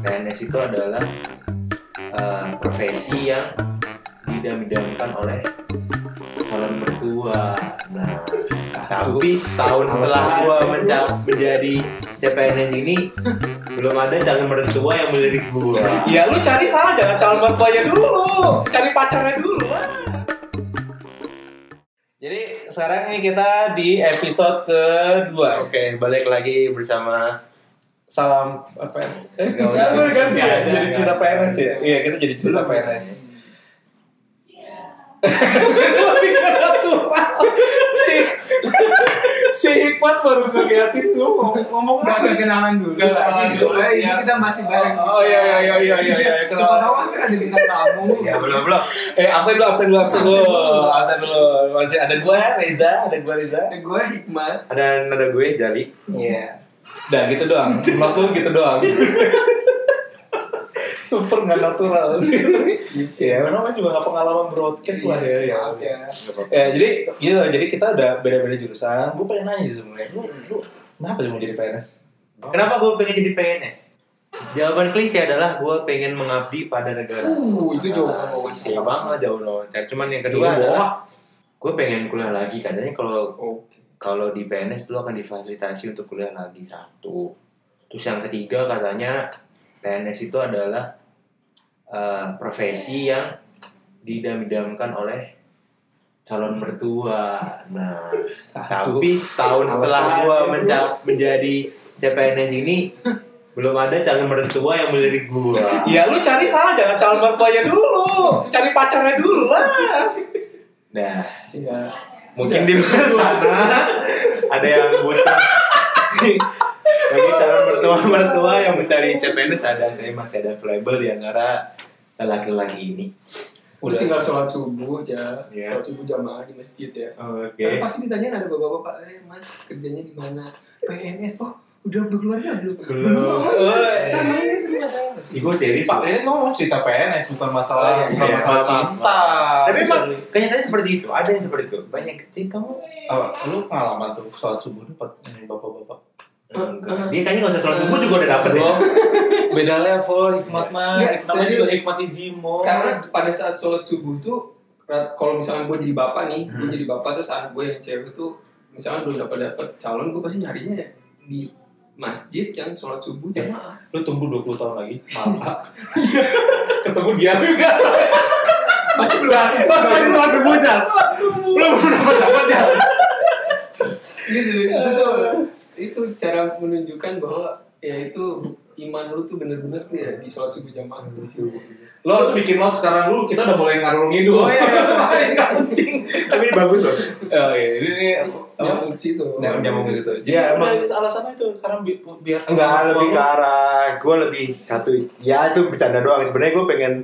PNS itu adalah profesi yang didam-damkan oleh calon mertua. Nah, tapi setahun setelah gua menjadi CPNS ini belum ada calon mertua yang melirik gua. Ya lu cari salah, jangan calon mertuanya dulu, cari pacarnya dulu. Jadi sekarang ini kita di episode kedua. Oke, balik lagi bersama Salam apa ya? Nggak usah. Ganti ya, Nggak, jadi cerita nggak. PNS ya. Iya, kita jadi cerita PNS. Lebih natural. Si Hikmat baru ngeliatin tuh ngomong Gak kenalan dulu. Gak kenalan dulu. Ini kita masih bareng. Oh iya. Siapa tahu kan ada bintang tamu. Ya belum. Absen dulu. Masih ada gua Reza. Gue Hikmat. ada gue Jali. Iya. Udah gitu doang. Menurut lu gitu doang. Super gak natural sih. Ya, namanya juga gak pengalaman broadcast lah ya. Maaf ya. Ya, jadi kita udah beda-beda jurusan. Gue pengen nanya sih sebenarnya. Lu kenapa mau jadi PNS? Kenapa gue pengen jadi PNS? Jawaban klise adalah gue pengen mengabdi pada negara. Itu jawaban Klise banget jawaban. Cuman yang kedua adalah gue pengen kuliah lagi. Katanya kalau di PNS lu akan difasilitasi untuk kuliah lagi satu. Terus yang ketiga katanya PNS itu adalah profesi yang didam-damkan oleh calon mertua. Nah, tapi setahun setelah gue menjadi CPNS ini belum ada calon mertua yang melirik gue. Ya lu cari salah, jangan calon mertuanya dulu, cari pacarnya dulu lah. Nah, Iya. mungkin di luar sana ada yang butuh bagi calon mertua yang mencari CPNS. Saya masih ada available di antara laki-laki ini. Udah tinggal sholat subuh aja. Iya. Sholat subuh jamaah di masjid ya. Oke. Kan pasti ditanyain ada bapak-bapak, mas kerjanya di mana? PNS. Oh, udah berkeluarga belum? Belum. Kan mainnya di rumah saya masih. Ibu seri Pak, ini ngomong cerita PNS bukan masalah cinta. Tapi emang kenyataannya seperti itu. Ada yang seperti itu. Banyak ketika kamu. Lu pengalaman tuh sholat subuh dapat bapak-bapak. Dia kayaknya nggak usah sholat subuh juga udah dapet ya. Beda level Hikmat mah. Nggak, Namanya juga serius. Hikmat Izimo. Karena pada saat sholat subuh tuh, kalau misalnya gue jadi bapak nih, gue jadi bapak terus anak gue yang cewek tuh, misalnya belum dapat calon, gue pasti nyarinya ya di masjid yang sholat subuh jamaah. Lu tunggu 20 tahun lagi, malah ketemu dia juga. Masih belum. sholat subuh Jal. Belum dapat Jal. Gitu. Itu cara menunjukkan bahwa ya itu iman lu tuh bener-bener tuh ya di sholat subuh jamaah di subuh. Lo harus bikin note sekarang dulu, kita udah mulai ngarung ngidul. Oh iya, penting. Tapi ini bagus loh. Oh iya, ini Nyambung ke situ. nyambung gitu. Jadi Ya, emang emang- alasannya itu karena biar Enggak, lebih ke arah gue lebih satu. Ya itu bercanda doang. Sebenarnya gue pengen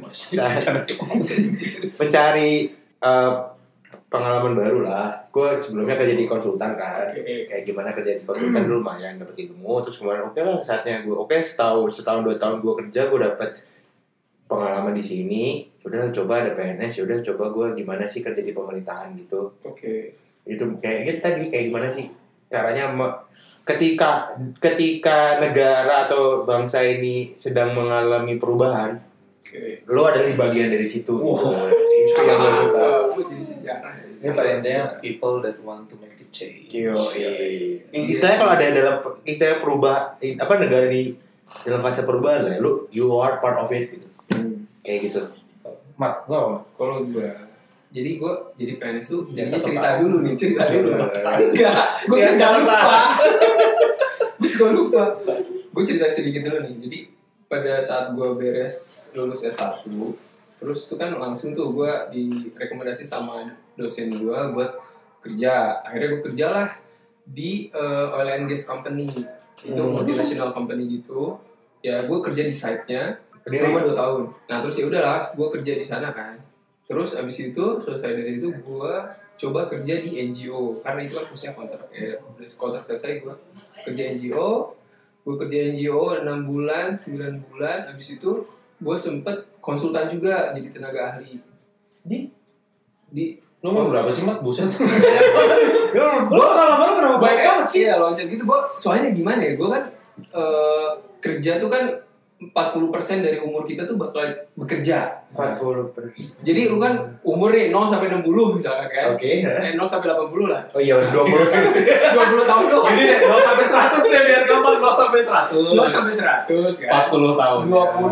mencari pengalaman baru lah. Gue sebelumnya kerja di konsultan kan. Kayak gimana kerja di konsultan dulu lumayan dapat ilmu. Terus kemarin oke lah saatnya gue setahun 2 tahun gue kerja gue dapat pengalaman di sini. Udah coba ada PNS. Udah coba gue gimana sih kerja di pemerintahan gitu. Oke. Itu kayak gitu tadi kayak gimana sih caranya ketika negara atau bangsa ini sedang mengalami perubahan. Lo ada di bagian dari situ. Wow. Itu yang gue suka. Gue jadi sejarah. ini pada intinya people that want to make a change. Istilahnya kalau ada dalam istilah negara di dalam fase perubahan lah, you are part of it gitu. Kayak gitu. Mat, gua Kalau gue, jadi gue jadi PNS tuh Jangan jadi satu cerita tahun. dulu nih, cerita dulu. Iya. Gue Iya, jangan cerita. lupa. Gue lupa. Gue cerita sedikit dulu nih. Jadi pada saat gue beres lulus S1, terus tuh kan langsung tuh gue direkomendasi sama dosen gue buat kerja. Akhirnya gue kerjalah di oil and gas company. Itu multinational company gitu. Ya gue kerja di site-nya selama 2 tahun. Nah terus ya udahlah, gue kerja di sana kan. Terus abis itu selesai dari situ gue coba kerja di NGO karena itu kan khususnya kontrak ya. Kontrak selesai gue kerja NGO. Gue kerja NGO 6 bulan, 9 bulan. Abis itu gue sempet konsultan juga jadi tenaga ahli. Di lu mau berapa sih Mat? Buset. Lu pengalaman kenapa baik banget sih? Iya loncat gitu. Gue soalnya gimana ya? Gue kan kerja tuh kan 40% dari umur kita tuh bakal bekerja. 40%. Jadi lu kan umur nih 0 sampai 60 misalnya kan. Oke. 0 sampai 80 lah. Oh iya, 20. 20 tahun doang. Jadi deh, 0 sampai 100 deh biar gampang, 0 sampai 100. 0 sampai 100 kan. 40 tahun.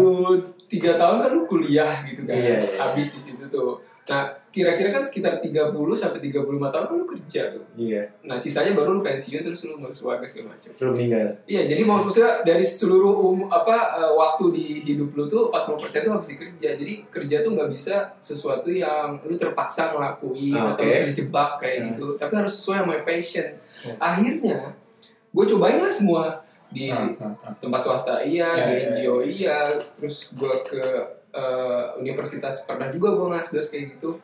23 tahun kan lu kuliah gitu kan. Iya. Habis di situ tuh. Nah, kira-kira kan sekitar 30 sampai 35 tahun kan lu kerja tuh. Iya. Nah, sisanya baru lu pensiun terus lu ngurus keluarga segala macam. Sebelum meninggal. Iya, jadi maksudnya dari seluruh waktu di hidup lu tuh 40% tuh habis kerja. Jadi kerja tuh nggak bisa sesuatu yang lu terpaksa ngelakuin atau lu terjebak kayak gitu. Tapi harus sesuai sama passion. Akhirnya, gue cobain lah semua di tempat swasta di NGO terus gue ke universitas pernah juga gue ngasdos kayak gitu.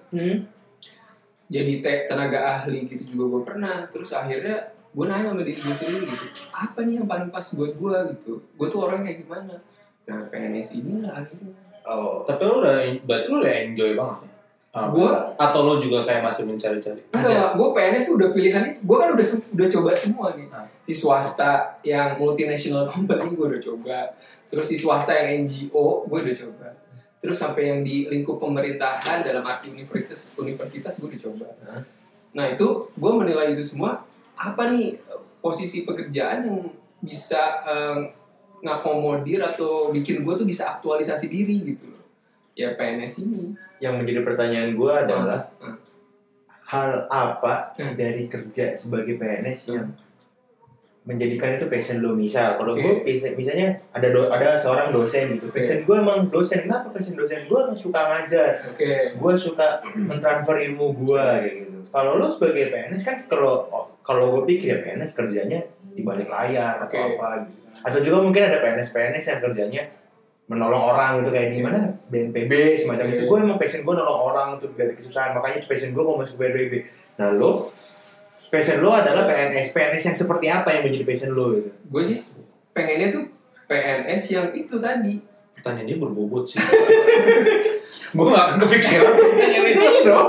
Jadi tenaga ahli gitu juga gue pernah. Terus akhirnya gue nanya sama diri gue sendiri gitu, apa nih yang paling pas buat gue gitu, gue tuh orang kayak gimana. Nah PNS ini lah akhirnya. Tapi berarti lu udah enjoy banget ya? Gue atau lo juga kayak masih mencari-cari? Enggak, gue PNS tuh udah pilihan itu. Gue kan udah coba semua nih. Di swasta yang multinational company gue udah coba. Terus di swasta yang NGO gue udah coba. Terus sampai yang di lingkup pemerintahan dalam arti universitas gue udah coba. Nah itu gue menilai itu semua, apa nih posisi pekerjaan yang bisa ngakomodir atau bikin gue tuh bisa aktualisasi diri gitu loh. Ya PNS ini. Yang menjadi pertanyaan gue adalah hal apa dari kerja sebagai PNS yang menjadikan itu passion lo. Misal kalau gue misalnya ada seorang dosen gitu, passion gue emang dosen. Kenapa passion dosen? Gue suka ngajar, gue suka mentransfer ilmu gue kayak gitu. Kalau lo sebagai PNS kan kalau gue pikir ya PNS kerjanya di balik layar atau apa gitu. Atau juga mungkin ada PNS yang kerjanya menolong orang gitu, kayak di mana BNPB semacam itu. Gue emang passion gue nolong orang untuk dari kesusahan, makanya passion gue mau masuk BNPB. Nah lo, passion lo adalah PNS yang seperti apa yang menjadi passion lo gitu? Gue sih pengennya tuh PNS yang itu tadi. Pertanyaan dia berbobot sih. Gue gak akan kepikiran pertanyaan itu.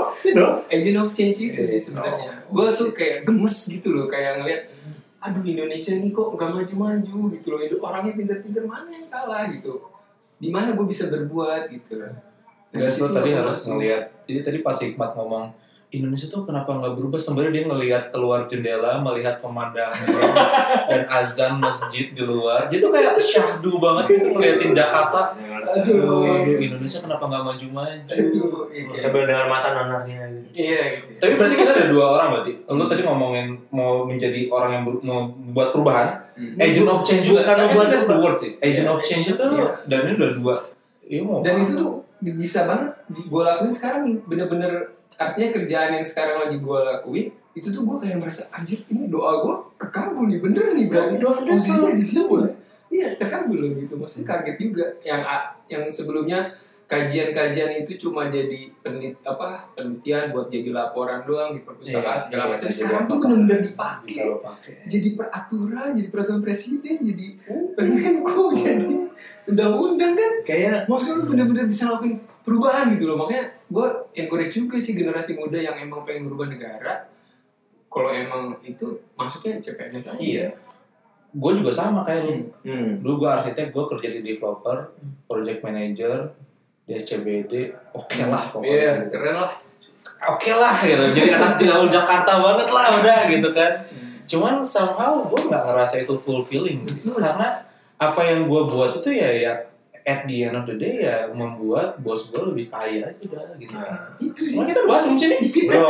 Agent of change itu sih sebenarnya. Gue tuh kayak gemes gitu loh, kayak ngeliat, aduh Indonesia nih kok gak maju-maju gitu loh. Orangnya pinter-pinter, mana yang salah gitu. Di mana gue bisa berbuat gitu loh. Terus lo tadi harus ngelihat. Jadi tadi pas Hikmat ngomong Indonesia tuh kenapa nggak berubah, sebenarnya dia ngelihat keluar jendela, melihat pemandangan dan azan masjid di luar. Dia tuh kayak syahdu banget gitu ngeliatin Jakarta. Aduh, Indonesia kenapa nggak maju-maju? Sebenarnya dengan mata nanarnya. Iya gitu. Tapi berarti kita ada dua orang berarti. Lo tadi ngomongin mau menjadi orang yang mau buat perubahan. Agent of change juga kan buat that's the word sih. Agent of change itu dan ini udah dua. Dan itu tuh bisa banget gue lakuin sekarang nih, bener-bener. Artinya kerjaan yang sekarang lagi gue lakuin itu tuh gue kayak merasa anjir, ini doa gue kekabul nih, bener nih, berarti doa posisinya di sini. Iya terkabul loh gitu, maksudnya kaget juga. Yang sebelumnya kajian-kajian itu cuma jadi penelitian buat jadi laporan doang di perpustakaan segala macam. Sekarang tuh bener-bener dipakai, jadi peraturan, jadi peraturan presiden, jadi Permenko, jadi undang-undang kan. Kayak maksudnya lu bener-bener bisa lakuin perubahan gitu loh. Makanya gue encourage juga sih generasi muda yang emang pengen merubah negara, kalau emang itu masuknya CPNS aja. Iya, gue juga sama kayak lu. Dulu gue arsitek, gue kerja di developer, project manager di SCBD. Oke lah pokoknya. Iya, keren lah. Oke lah gitu. Jadi anak gaul Jakarta banget lah udah gitu kan. Cuman somehow gue nggak ngerasa itu fulfilling sih. Karena apa yang gue buat itu ya at the end of the day ya membuat bos gue lebih kaya aja udah gitu. Itu sih. Nah, kita bahas mungkin nih.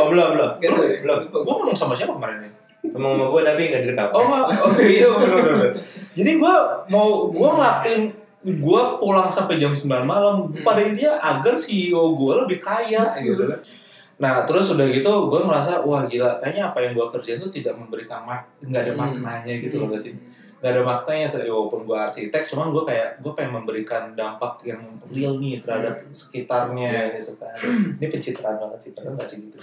Belum. Gue ngomong sama siapa kemarin nih? Ngomong sama gue tapi nggak direkam. Iya benar. Jadi gue ngelakuin, gue pulang sampai jam 9 malam. Pada intinya agar CEO gue lebih kaya gitu kan. Nah terus udah gitu gue merasa wah gila, kayaknya apa yang gue kerjain tuh tidak memberikan nggak ada maknanya gitu loh gak sih. Gak ada maknanya, walaupun gue arsitek, cuman gue pengen memberikan dampak yang real nih terhadap sekitarnya gitu kan. Ini pencitraan banget sih, padahal gak sih gitu.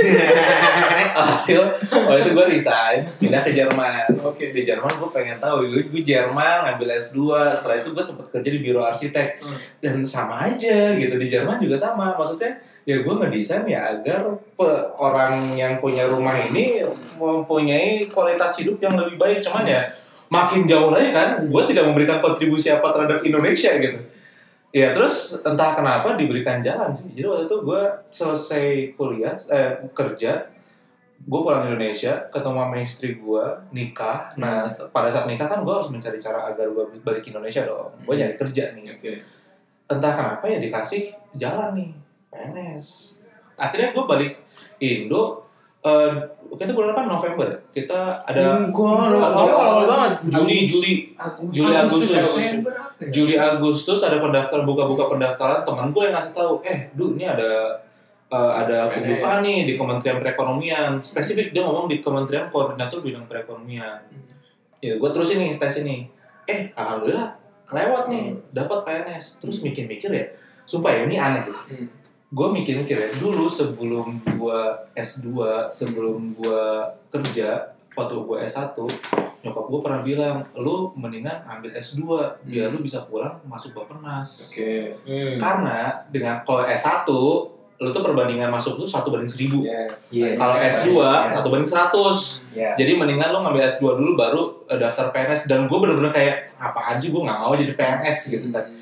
Hasil, waktu itu gue resign, pindah ke Jerman. Di Jerman gue pengen tahu, gue Jerman ngambil S2, setelah itu gue sempat kerja di biro arsitek. Dan sama aja gitu, di Jerman juga sama, maksudnya ya gue ngedesain ya agar orang yang punya rumah ini mempunyai kualitas hidup yang lebih baik. Cuman ya makin jauh lagi kan, gue tidak memberikan kontribusi apa terhadap Indonesia gitu. Ya terus entah kenapa diberikan jalan sih. Jadi waktu itu gue selesai kuliah, kerja, gue pulang Indonesia, ketemu sama istri gue, nikah. Nah pada saat nikah kan gue harus mencari cara agar gue balik ke Indonesia dong. Gue nyari kerja nih. Entah kenapa ya dikasih jalan nih, PNS. Akhirnya gue balik Indo. Kita bulan apa? November. Kita ada awal banget. Juli Agustus ada pendaftaran, buka pendaftaran. Teman gue yang ngasih tahu, ini ada pembukaan nih di Kementerian Perekonomian. Spesifik dia ngomong di Kementerian Koordinator Bidang Perekonomian. Ya gue terusin nih tes ini. Alhamdulillah lewat nih, dapat PNS. Terus mikir-mikir ya, sumpah ya ini aneh sih. Gue mikir-mikir ya, dulu sebelum gue S2, sebelum gue kerja, waktu gue S1, nyokap gue pernah bilang, lu mendingan ambil S2, biar lu bisa pulang masuk Bappenas. Karena dengan kalau S1, lu tuh perbandingan masuk tuh 1:1000. Kalau S2, 1:100. Jadi mendingan lu ngambil S2 dulu, baru daftar PNS. Dan gue bener-bener kayak, apaan sih gue gak mau jadi PNS gitu kan.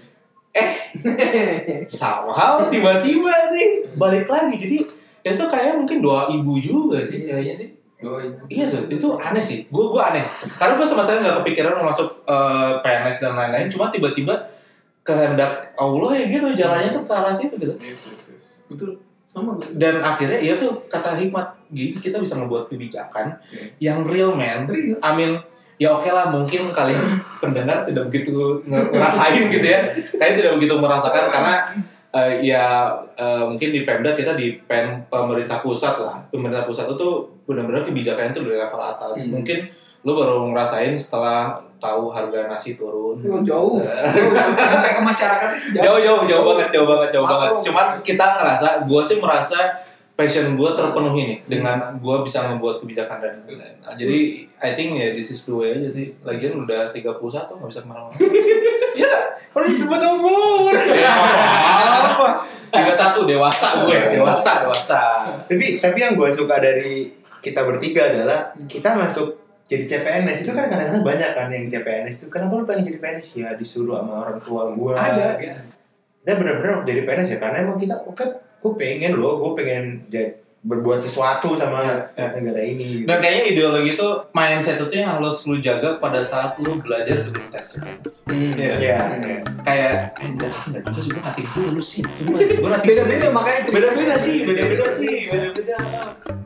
Somehow tiba-tiba nih balik lagi. Jadi itu kayak mungkin doa ibu juga sih kayaknya sih. Iya tuh, itu aneh sih. Gue aneh. Karena gue sama sekali nggak kepikiran mau masuk PNS dan lain-lain. Cuma tiba-tiba kehendak Allah ya gitu, jalannya tuh ke arah situ gitu. Betul. Sama gue. Dan akhirnya ya tuh kata hikmat, gini kita bisa membuat kebijakan yang real man. Amin. Ya oke lah, mungkin kalian pendengar tidak begitu ngerasain gitu ya. Kalian tidak begitu merasakan karena mungkin di Pemda kita di pemerintah pusat lah. Pemerintah pusat itu benar-benar kebijakannya itu dari level atas. Mungkin lu baru ngerasain setelah tahu harga nasi turun. Jauh. Sampai ke masyarakatnya sih jauh banget. Cuman kita ngerasa, gue sih merasa passion gue terpenuhi nih dengan gue bisa membuat kebijakan dan lain-lain. Nah, jadi I think ya this is the way aja sih. Lagian udah 31 nggak bisa kemana-mana. Iya, kalau disebut umur. Ya apa? 31 dewasa gue, dewasa. Tapi yang gue suka dari kita bertiga adalah kita masuk jadi CPNS itu kan kadang-kadang banyak kan yang CPNS itu. Kenapa lu pengen jadi PNS ya? Disuruh sama orang tua gue. Ada. Dia benar-benar jadi PNS ya karena emang kita gue pengen berbuat sesuatu sama negara ini gitu. Dan kayaknya ideologi itu mindset itu yang harus lu jaga pada saat lu belajar sebelum tes. Kayak enggak juga sih, gue nanti dulu sih. Beda-beda makanya beda-beda sih.